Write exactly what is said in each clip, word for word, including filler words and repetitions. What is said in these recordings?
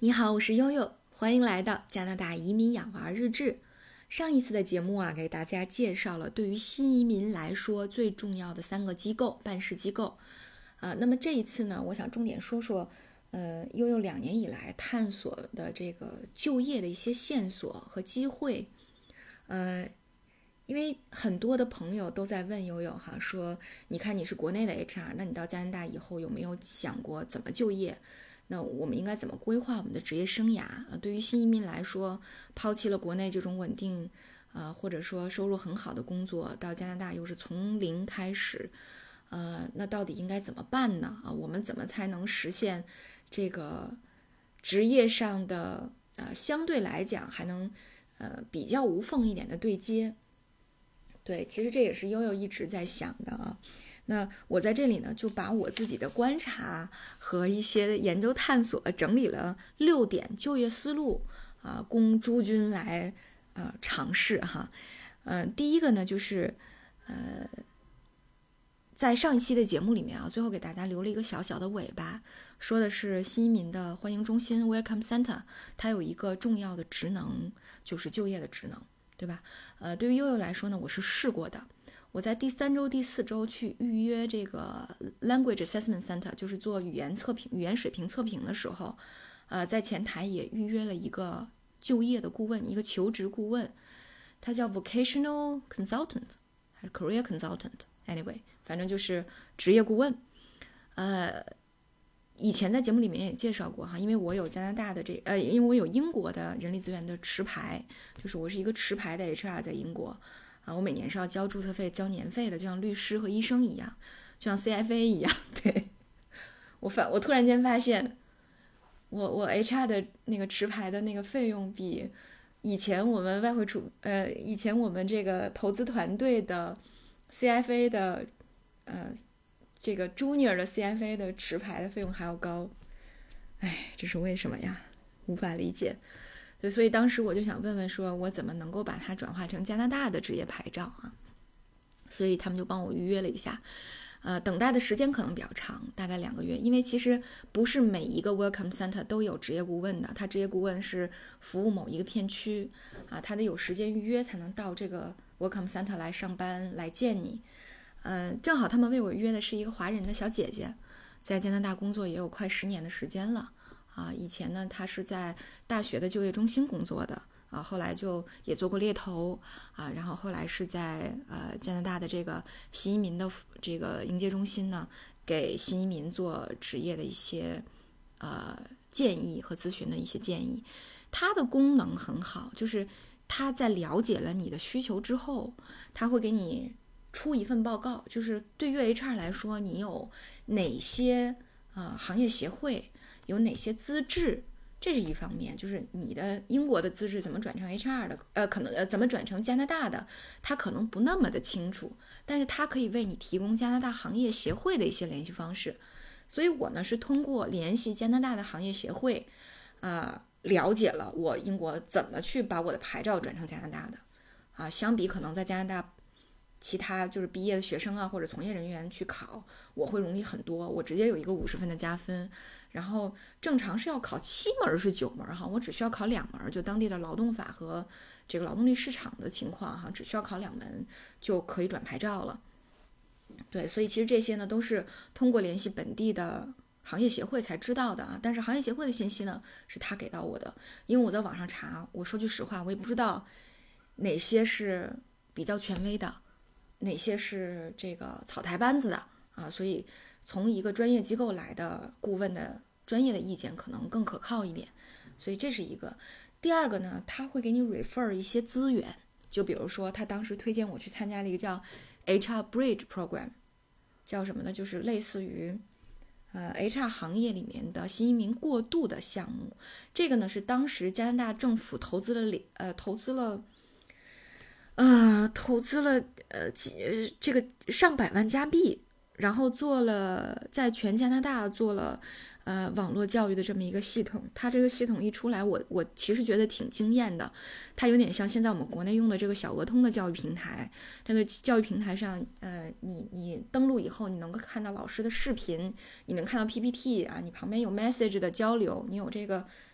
你好，我是悠悠，欢迎来到加拿大移民养娃日志。上一次的节目啊，给大家介绍了对于新移民来说最重要的三个机构办事机构。啊，那么这一次呢，我想重点说说，呃，悠悠两年以来探索的这个就业的一些线索和机会。呃，因为很多的朋友都在问悠悠哈，说你看你是国内的 H R， 那你到加拿大以后有没有想过怎么就业？那我们应该怎么规划我们的职业生涯？呃，对于新移民来说，抛弃了国内这种稳定，呃，或者说收入很好的工作，到加拿大又是从零开始，呃，那到底应该怎么办呢？啊，我们怎么才能实现这个职业上的呃相对来讲还能呃比较无缝一点的对接？对，其实这也是悠悠一直在想的啊。那我在这里呢，就把我自己的观察和一些研究探索整理了六点就业思路啊，供诸君来呃尝试哈。嗯、呃，第一个呢就是呃，在上一期的节目里面啊，最后给大家留了一个小小的尾巴，说的是新移民的欢迎中心 Welcome Center， 它有一个重要的职能，就是就业的职能，对吧？呃，对于悠悠来说呢，我是试过的。我在第三周、第四周去预约这个 Language Assessment Center， 就是做语言测评、语言水平测评的时候，呃，在前台也预约了一个就业的顾问，一个求职顾问，他叫 Vocational Consultant 还是 Career Consultant，anyway， 反正就是职业顾问。呃，以前在节目里面也介绍过哈，因为我有加拿大的这呃，因为我有英国的人力资源的持牌，就是我是一个持牌的 H R 在英国。啊，我每年是要交注册费、交年费的，就像律师和医生一样，就像 C F A 一样。对，我反我突然间发现，我我 H R 的那个持牌的那个费用比以前我们外汇储呃以前我们这个投资团队的 C F A 的呃这个 Junior 的 C F A 的持牌的费用还要高。哎，这是为什么呀？无法理解。对，所以当时我就想问问，说我怎么能够把它转化成加拿大的职业牌照啊？所以他们就帮我预约了一下，呃，等待的时间可能比较长，大概两个月，因为其实不是每一个 Welcome Center 都有职业顾问的，他职业顾问是服务某一个片区啊，他得有时间预约才能到这个 Welcome Center 来上班来见你。嗯、呃，正好他们为我约的是一个华人的小姐姐，在加拿大工作也有快十年的时间了。啊，以前呢，他是在大学的就业中心工作的啊，后来就也做过猎头啊，然后后来是在呃加拿大的这个新移民的这个迎接中心呢，给新移民做职业的一些呃建议和咨询的一些建议。它的功能很好，就是他在了解了你的需求之后，他会给你出一份报告，就是对于 H R 来说，你有哪些呃行业协会。有哪些资质，这是一方面，就是你的英国的资质怎么转成 H R 的，呃，可能呃怎么转成加拿大的，他可能不那么的清楚，但是他可以为你提供加拿大行业协会的一些联系方式。所以我呢是通过联系加拿大的行业协会，啊、呃，了解了我英国怎么去把我的牌照转成加拿大的，啊，相比可能在加拿大。其他就是毕业的学生啊，或者从业人员去考，我会容易很多。我直接有一个五十分的加分，然后正常是要考七门是九门哈，我只需要考两门，就当地的劳动法和这个劳动力市场的情况哈，只需要考两门就可以转牌照了。对，所以其实这些呢都是通过联系本地的行业协会才知道的啊。但是行业协会的信息呢是他给到我的，因为我在网上查，我说句实话，我也不知道哪些是比较权威的。哪些是这个草台班子的啊？所以从一个专业机构来的顾问的专业的意见可能更可靠一点，所以这是一个。第二个呢，他会给你 refer 一些资源，就比如说他当时推荐我去参加了一个叫 H R Bridge Program， 叫什么呢？就是类似于呃 H R 行业里面的新移民过渡的项目。这个呢是当时加拿大政府投资了呃投资了。呃，投资了呃几这个上百万加币，然后做了在全加拿大做了呃网络教育的这么一个系统。它这个系统一出来，我我其实觉得挺惊艳的。它有点像现在我们国内用的这个小鹅通的教育平台。这个教育平台上，呃，你你登录以后，你能够看到老师的视频，你能看到 P P T 啊，你旁边有 message 的交流，你有这个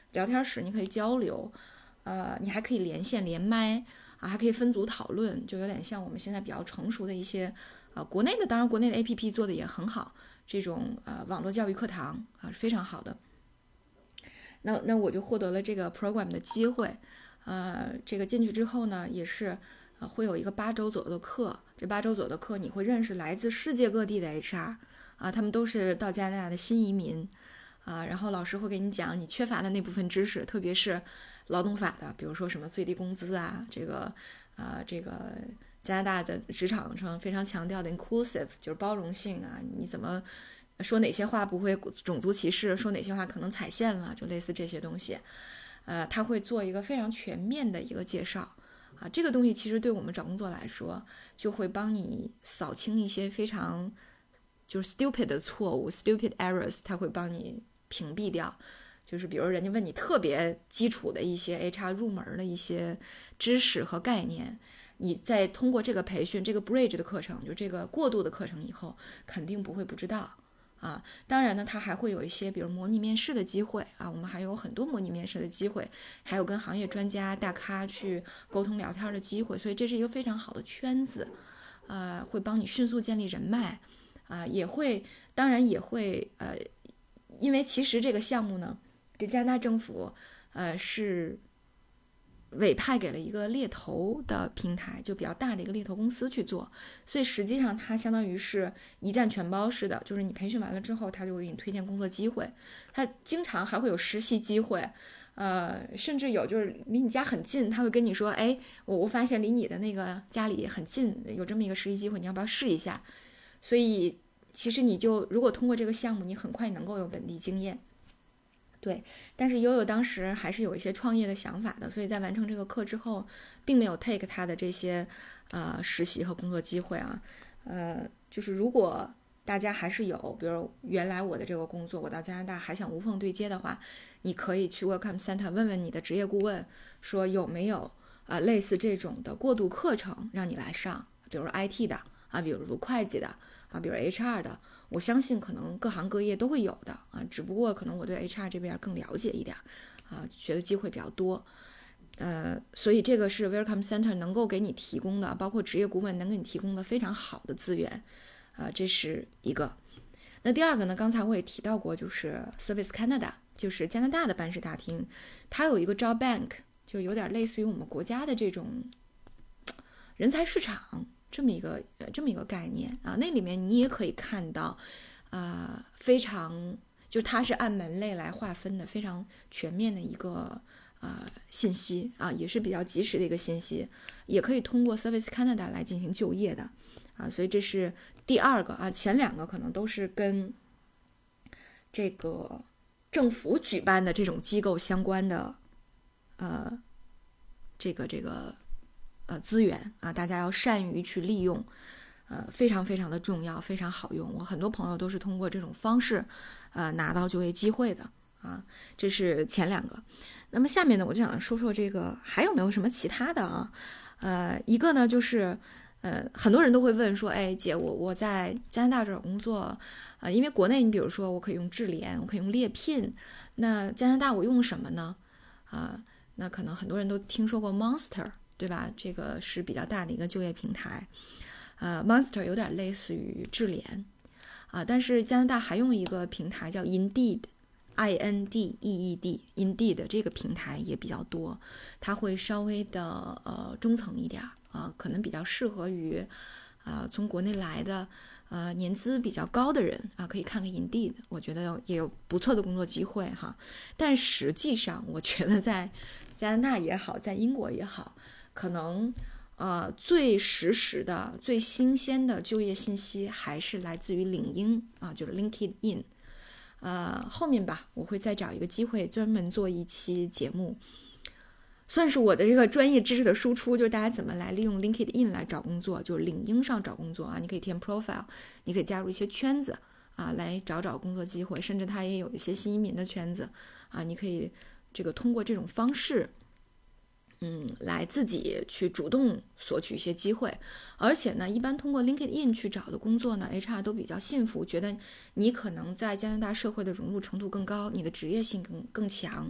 聊天室你可以交流，呃，你还可以连线连麦啊，还可以分组讨论，就有点像我们现在比较成熟的一些呃国内的，当然国内的 A P P 做的也很好，这种呃网络教育课堂啊是非常好的。那那我就获得了这个 program 的机会，呃，这个进去之后呢，也是呃会有一个八周左右的课，这八周左右的课你会认识来自世界各地的 H R 啊，他们都是到加拿大的新移民啊，然后老师会给你讲你缺乏的那部分知识，特别是劳动法的，比如说什么最低工资啊，这个啊这个加拿大的职场上非常强调的 inclusive 就是包容性啊，你怎么说哪些话不会种族歧视，说哪些话可能踩线了，就类似这些东西，呃，他会做一个非常全面的一个介绍啊。这个东西其实对我们找工作来说，就会帮你扫清一些非常就是 stupid 的错误 ，stupid errors， 他会帮你屏蔽掉。就是比如人家问你特别基础的一些 H R 入门的一些知识和概念，你在通过这个培训，这个 bridge 的课程，就这个过渡的课程以后，肯定不会不知道。啊，当然呢，它还会有一些，比如模拟面试的机会啊，我们还有很多模拟面试的机会，还有跟行业专家、大咖去沟通聊天的机会，所以这是一个非常好的圈子，呃，会帮你迅速建立人脉，啊、呃，也会，当然也会，呃，因为其实这个项目呢，这加拿大政府，呃，是委派给了一个猎头的平台，就比较大的一个猎头公司去做，所以实际上它相当于是一站全包式的，就是你培训完了之后，他就会给你推荐工作机会，他经常还会有实习机会，呃，甚至有就是离你家很近，他会跟你说，哎，我我发现离你的那个家里很近，有这么一个实习机会，你要不要试一下？所以其实你就如果通过这个项目，你很快能够有本地经验。对，但是悠悠当时还是有一些创业的想法的，所以在完成这个课之后，并没有 take 他的这些呃实习和工作机会啊，呃，就是如果大家还是有，比如原来我的这个工作，我到加拿大还想无缝对接的话，你可以去 Welcome Center 问问你的职业顾问，说有没有呃类似这种的过渡课程让你来上，比如 I T 的啊，比如会计的啊，比如 H R 的。我相信可能各行各业都会有的啊，只不过可能我对 H R 这边更了解一点啊，学的机会比较多，呃，所以这个是 Welcome Center 能够给你提供的，包括职业顾问能给你提供的非常好的资源啊，这是一个。那第二个呢，刚才我也提到过，就是 Service Canada， 就是加拿大的办事大厅，它有一个 Job Bank， 就有点类似于我们国家的这种人才市场。这么一个这么一个概念啊，那里面你也可以看到，啊、呃，非常就它是按门类来划分的，非常全面的一个呃信息啊，也是比较及时的一个信息，也可以通过 Service Canada 来进行就业的啊，所以这是第二个啊，前两个可能都是跟这个政府举办的这种机构相关的，呃，这个这个。呃，资源啊，大家要善于去利用，呃，非常非常的重要，非常好用。我很多朋友都是通过这种方式，呃，拿到就业机会的啊。这是前两个。那么下面呢，我就想说说这个还有没有什么其他的啊？呃，一个呢就是，呃，很多人都会问说，哎，姐，我我在加拿大找工作，呃，因为国内你比如说我可以用智联，我可以用猎聘，那加拿大我用什么呢？啊，那可能很多人都听说过 Monster。对吧？这个是比较大的一个就业平台，呃 ，Monster 有点类似于智联啊，但是加拿大还用一个平台叫 Indeed，I N D E E D，Indeed 这个平台也比较多，它会稍微的呃中层一点啊，可能比较适合于啊、呃、从国内来的呃年资比较高的人啊，可以看看 Indeed， 我觉得也有不错的工作机会哈。但实际上，我觉得在加拿大也好，在英国也好。可能，呃，最实时的、最新鲜的就业信息还是来自于领英啊，就是 LinkedIn。呃，后面吧，我会再找一个机会专门做一期节目，算是我的这个专业知识的输出，就是大家怎么来利用 LinkedIn 来找工作，就是领英上找工作啊，你可以填 profile， 你可以加入一些圈子啊，来找找工作机会，甚至它也有一些新移民的圈子啊，你可以这个通过这种方式。嗯，来自己去主动索取一些机会，而且呢，一般通过 LinkedIn 去找的工作呢 ，H R 都比较信服，觉得你可能在加拿大社会的融入程度更高，你的职业性更更强，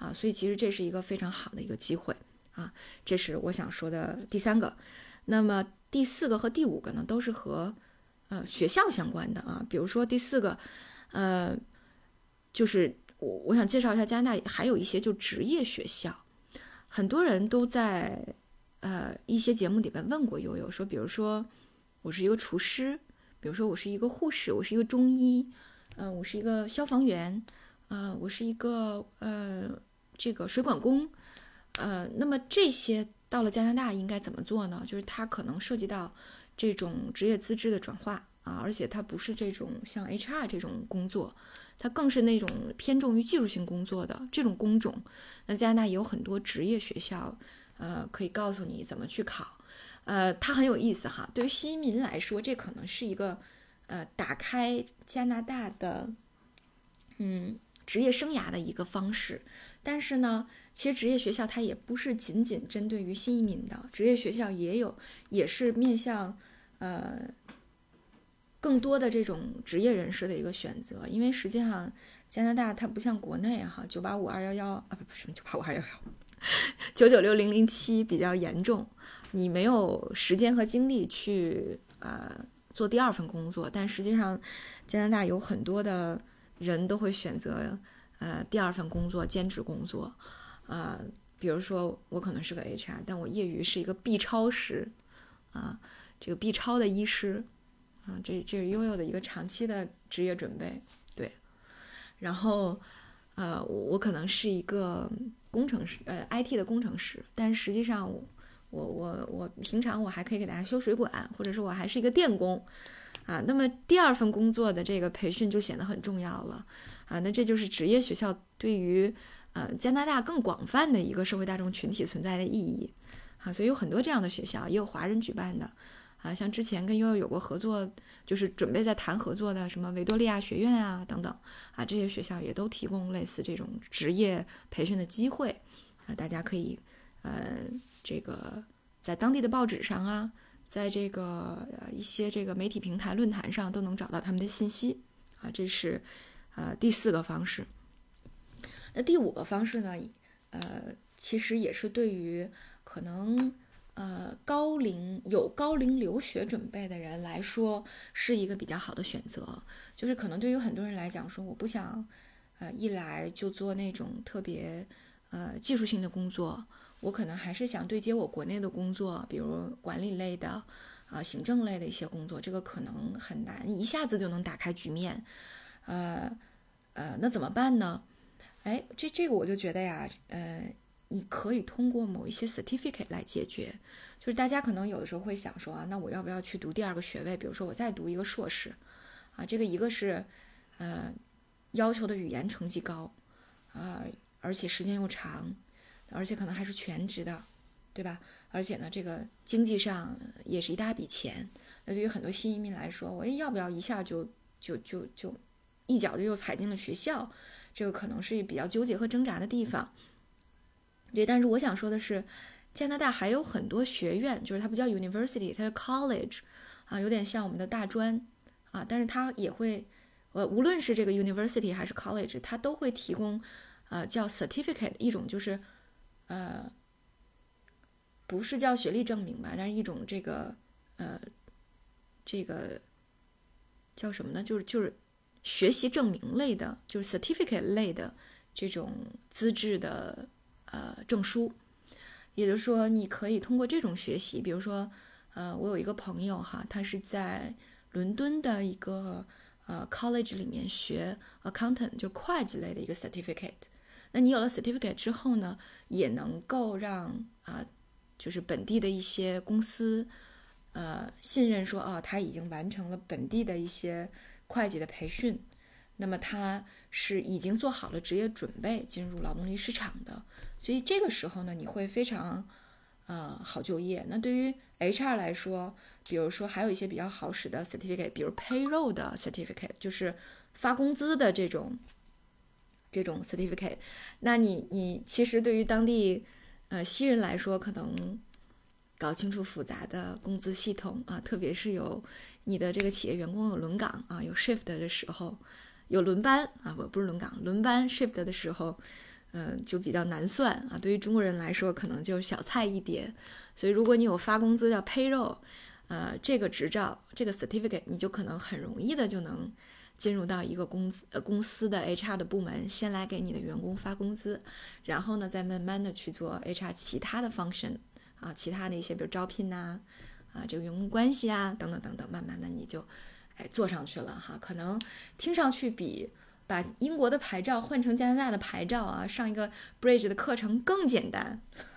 啊，所以其实这是一个非常好的一个机会啊，这是我想说的第三个。那么第四个和第五个呢，都是和呃学校相关的啊，比如说第四个，呃，就是我我想介绍一下加拿大还有一些就职业学校，很多人都在呃一些节目里面问过悠悠说，比如说我是一个厨师，比如说我是一个护士，我是一个中医，呃，我是一个消防员，呃，我是一个呃这个水管工，呃，那么这些到了加拿大应该怎么做呢？就是它可能涉及到这种职业资质的转化啊，而且它不是这种像 H R 这种工作，它更是那种偏重于技术性工作的这种工种。那加拿大也有很多职业学校，呃，可以告诉你怎么去考。呃，它很有意思哈。对于新移民来说，这可能是一个呃打开加拿大的嗯职业生涯的一个方式。但是呢，其实职业学校它也不是仅仅针对于新移民的，职业学校也有也是面向呃更多的这种职业人士的一个选择。因为实际上加拿大它不像国内哈九八五二一一啊不不是九八五二一一九九六零零七比较严重，你没有时间和精力去呃做第二份工作，但实际上加拿大有很多的人都会选择呃第二份工作，兼职工作，呃，比如说我可能是个 H R， 但我业余是一个 B 超师啊，这个 B 超的医师啊，这这是悠悠的一个长期的职业准备，对，然后呃我我可能是一个工程师，呃 I T 的工程师，但实际上我我我我平常我还可以给大家修水管，或者说我还是一个电工啊。那么第二份工作的这个培训就显得很重要了啊。那这就是职业学校对于呃加拿大更广泛的一个社会大众群体存在的意义啊。所以有很多这样的学校，也有华人举办的啊，像之前跟悠悠有过合作，就是准备在谈合作的什么维多利亚学院啊等等啊，这些学校也都提供类似这种职业培训的机会啊，大家可以呃这个在当地的报纸上啊，在这个呃一些这个媒体平台论坛上都能找到他们的信息啊，这是呃第四个方式。那第五个方式呢，呃其实也是对于可能呃，高龄有高龄留学准备的人来说，是一个比较好的选择。就是可能对于很多人来讲说，我不想，呃，一来就做那种特别呃技术性的工作，我可能还是想对接我国内的工作，比如管理类的啊、呃、行政类的一些工作，这个可能很难一下子就能打开局面。呃呃，那怎么办呢？哎，这这个我就觉得呀，呃。你可以通过某一些 certificate 来解决，就是大家可能有的时候会想说啊，那我要不要去读第二个学位？比如说我再读一个硕士，啊，这个一个是，呃，要求的语言成绩高，啊，而且时间又长，而且可能还是全职的，对吧？而且呢，这个经济上也是一大笔钱。那对于很多新移民来说，我要不要一下就就就就一脚就又踩进了学校？这个可能是比较纠结和挣扎的地方。对，但是我想说的是，加拿大还有很多学院，就是它不叫 university， 它是 college， 啊，有点像我们的大专啊，但是它也会，呃，无论是这个 university 还是 college， 它都会提供，呃，叫 certificate， 一种就是，呃，不是叫学历证明吧，但是一种这个，呃，这个叫什么呢？就是就是学习证明类的，就是 certificate 类的这种资质的。呃，证书，也就是说，你可以通过这种学习，比如说，呃，我有一个朋友哈，他是在伦敦的一个呃 college 里面学 accountant， 就会计类的一个 certificate。那你有了 certificate 之后呢，也能够让啊、呃，就是本地的一些公司，呃，信任说，哦，他已经完成了本地的一些会计的培训，那么他是已经做好了职业准备进入劳动力市场的。所以这个时候呢，你会非常，呃，好就业。那对于 H R 来说，比如说还有一些比较好使的 certificate， 比如 payroll 的 certificate， 就是发工资的这种这种 certificate。那你你其实对于当地呃新人来说，可能搞清楚复杂的工资系统啊，特别是有你的这个企业员工有轮岗啊，有 shift 的时候，有轮班啊，不不是轮岗，轮班 shift 的时候。 嗯，就比较难算啊。对于中国人来说，可能就是小菜一碟。所以如果你有发工资叫 payroll， 呃，这个执照，这个 certificate， 你就可能很容易的就能进入到一个公司呃公司的 H R 的部门，先来给你的员工发工资，然后呢，再慢慢的去做 H R 其他的 function 啊，其他的一些比如招聘呐、啊，啊这个员工关系啊等等等等，慢慢的你就哎做上去了哈，可能听上去比把英国的牌照换成加拿大的牌照啊，上一个 Bridge 的课程更简单。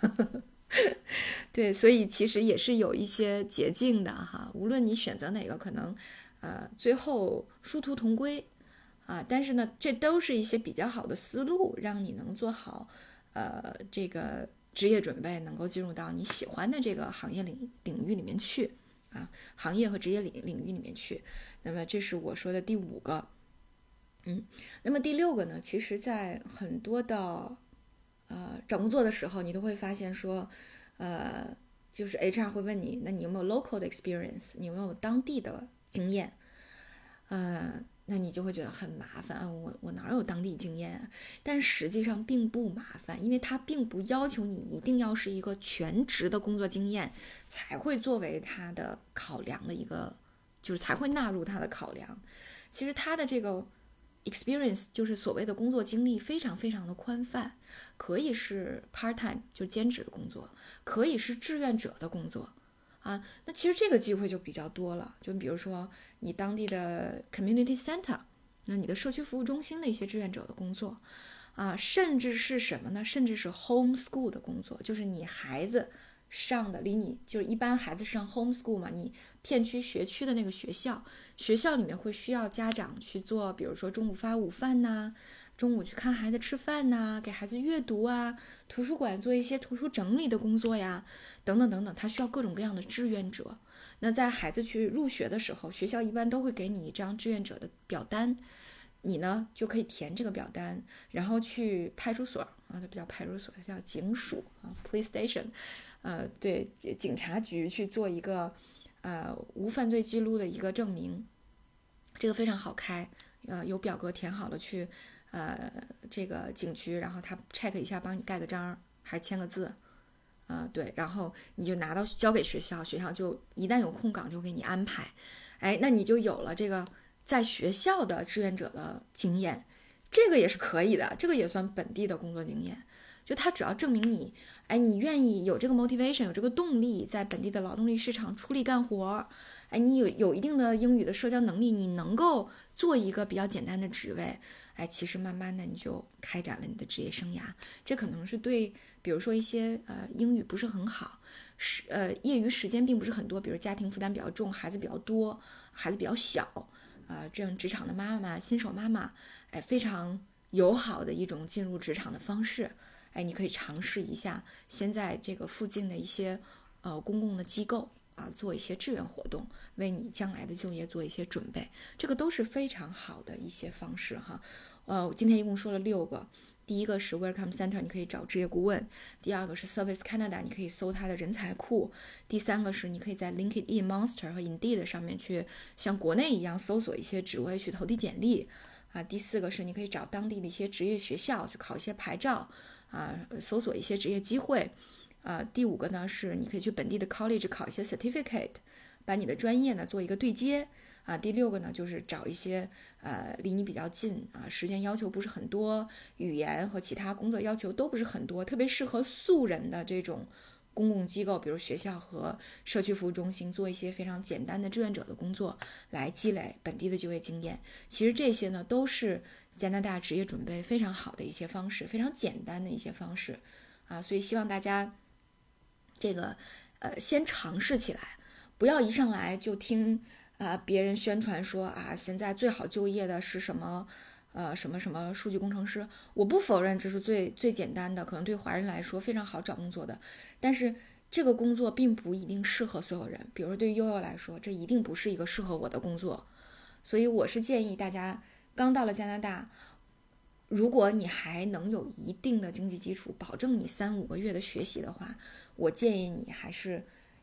对，所以其实也是有一些捷径的哈，无论你选择哪个，可能呃最后殊途同归啊，但是呢，这都是一些比较好的思路，让你能做好呃这个职业准备，能够进入到你喜欢的这个行业领领域里面去啊，行业和职业领领域里面去。那么这是我说的第五个。嗯，那么第六个呢，其实在很多的呃找工作的时候，你都会发现说，呃，就是 H R 会问你，那你有没有 local 的 experience， 你有没有当地的经验？呃，那你就会觉得很麻烦啊，我我哪有当地经验啊？但实际上并不麻烦，因为它并不要求你一定要是一个全职的工作经验才会作为它的考量的一个，就是才会纳入它的考量。其实它的这个experience 就是所谓的工作经历非常非常的宽泛，可以是 part time 就兼职的工作，可以是志愿者的工作啊。那其实这个机会就比较多了，就比如说你当地的 community center， 那你的社区服务中心的一些志愿者的工作啊，甚至是什么呢？甚至是 home school 的工作，就是你孩子上的离你就是一般孩子上 home school 嘛，你片区学区的那个学校，学校里面会需要家长去做，比如说中午发午饭呐，中午去看孩子吃饭呐，给孩子阅读啊，图书馆做一些图书整理的工作呀，等等等等，他需要各种各样的志愿者。那在孩子去入学的时候，学校一般都会给你一张志愿者的表单，你呢就可以填这个表单，然后去派出所啊，它不叫派出所，它叫警署啊 ，police station， 呃，对，警察局去做一个呃无犯罪记录的一个证明，这个非常好开，呃，有表格填好了去呃这个警局，然后他 check 一下，帮你盖个章还是签个字。呃，对，然后你就拿到交给学校，学校就一旦有空岗就给你安排，哎，那你就有了这个在学校的志愿者的经验，这个也是可以的，这个也算本地的工作经验。就他只要证明你，哎，你愿意有这个 motivation， 有这个动力，在本地的劳动力市场出力干活，哎，你有有一定的英语的社交能力，你能够做一个比较简单的职位，哎，其实慢慢的你就开展了你的职业生涯。这可能是对，比如说一些呃英语不是很好，是呃业余时间并不是很多，比如家庭负担比较重，孩子比较多，孩子比较小，啊、呃，这样职场的妈妈、新手妈妈，哎，非常友好的一种进入职场的方式。哎，你可以尝试一下，先在这个附近的一些呃公共的机构啊，做一些志愿活动，为你将来的就业做一些准备，这个都是非常好的一些方式哈。呃，今天一共说了六个，第一个是 Welcome Center， 你可以找职业顾问；第二个是 Service Canada， 你可以搜它的人才库；第三个是你可以在 LinkedIn、Monster 和 Indeed 上面去像国内一样搜索一些职位去投递简历啊；第四个是你可以找当地的一些职业学校去考一些牌照。啊，搜索一些职业机会，啊，第五个呢是你可以去本地的 college 考一些 certificate， 把你的专业呢做一个对接，啊，第六个呢就是找一些呃离你比较近啊，时间要求不是很多，语言和其他工作要求都不是很多，特别适合素人的这种公共机构，比如学校和社区服务中心，做一些非常简单的志愿者的工作，来积累本地的就业经验。其实这些呢都是加拿大职业准备非常好的一些方式，非常简单的一些方式啊，所以希望大家这个呃先尝试起来，不要一上来就听啊、呃、别人宣传说啊现在最好就业的是什么呃什么什么数据工程师。我不否认这是最最简单的，可能对华人来说非常好找工作的，但是这个工作并不一定适合所有人。比如说对于悠悠来说，这一定不是一个适合我的工作，所以我是建议大家。刚到了加拿大，如果你还能有一定的经济基础，保证你三五个月的学习的话，我建议你还是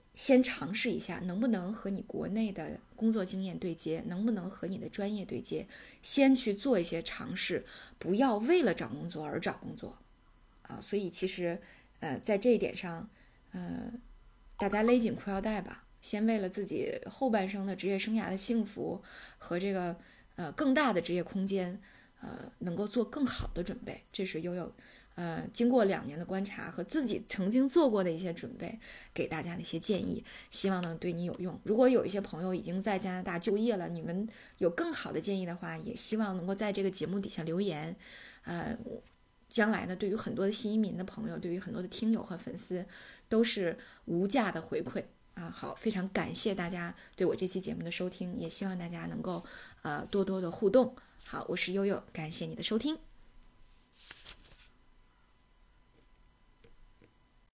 先尝试一下能不能和你国内的工作经验对接，能不能和你的专业对接，先去做一些尝试，不要为了找工作而找工作啊。所以其实呃在这一点上呃大家勒紧裤腰带吧，先为了自己后半生的职业生涯的幸福和这个呃更大的职业空间呃能够做更好的准备。这是悠悠呃，经过两年的观察和自己曾经做过的一些准备，给大家的一些建议，希望呢对你有用。如果有一些朋友已经在加拿大就业了，你们有更好的建议的话，也希望能够在这个节目底下留言。呃，将来呢，对于很多的新移民的朋友，对于很多的听友和粉丝，都是无价的回馈啊！好，非常感谢大家对我这期节目的收听，也希望大家能够呃多多的互动。好，我是悠悠，感谢你的收听。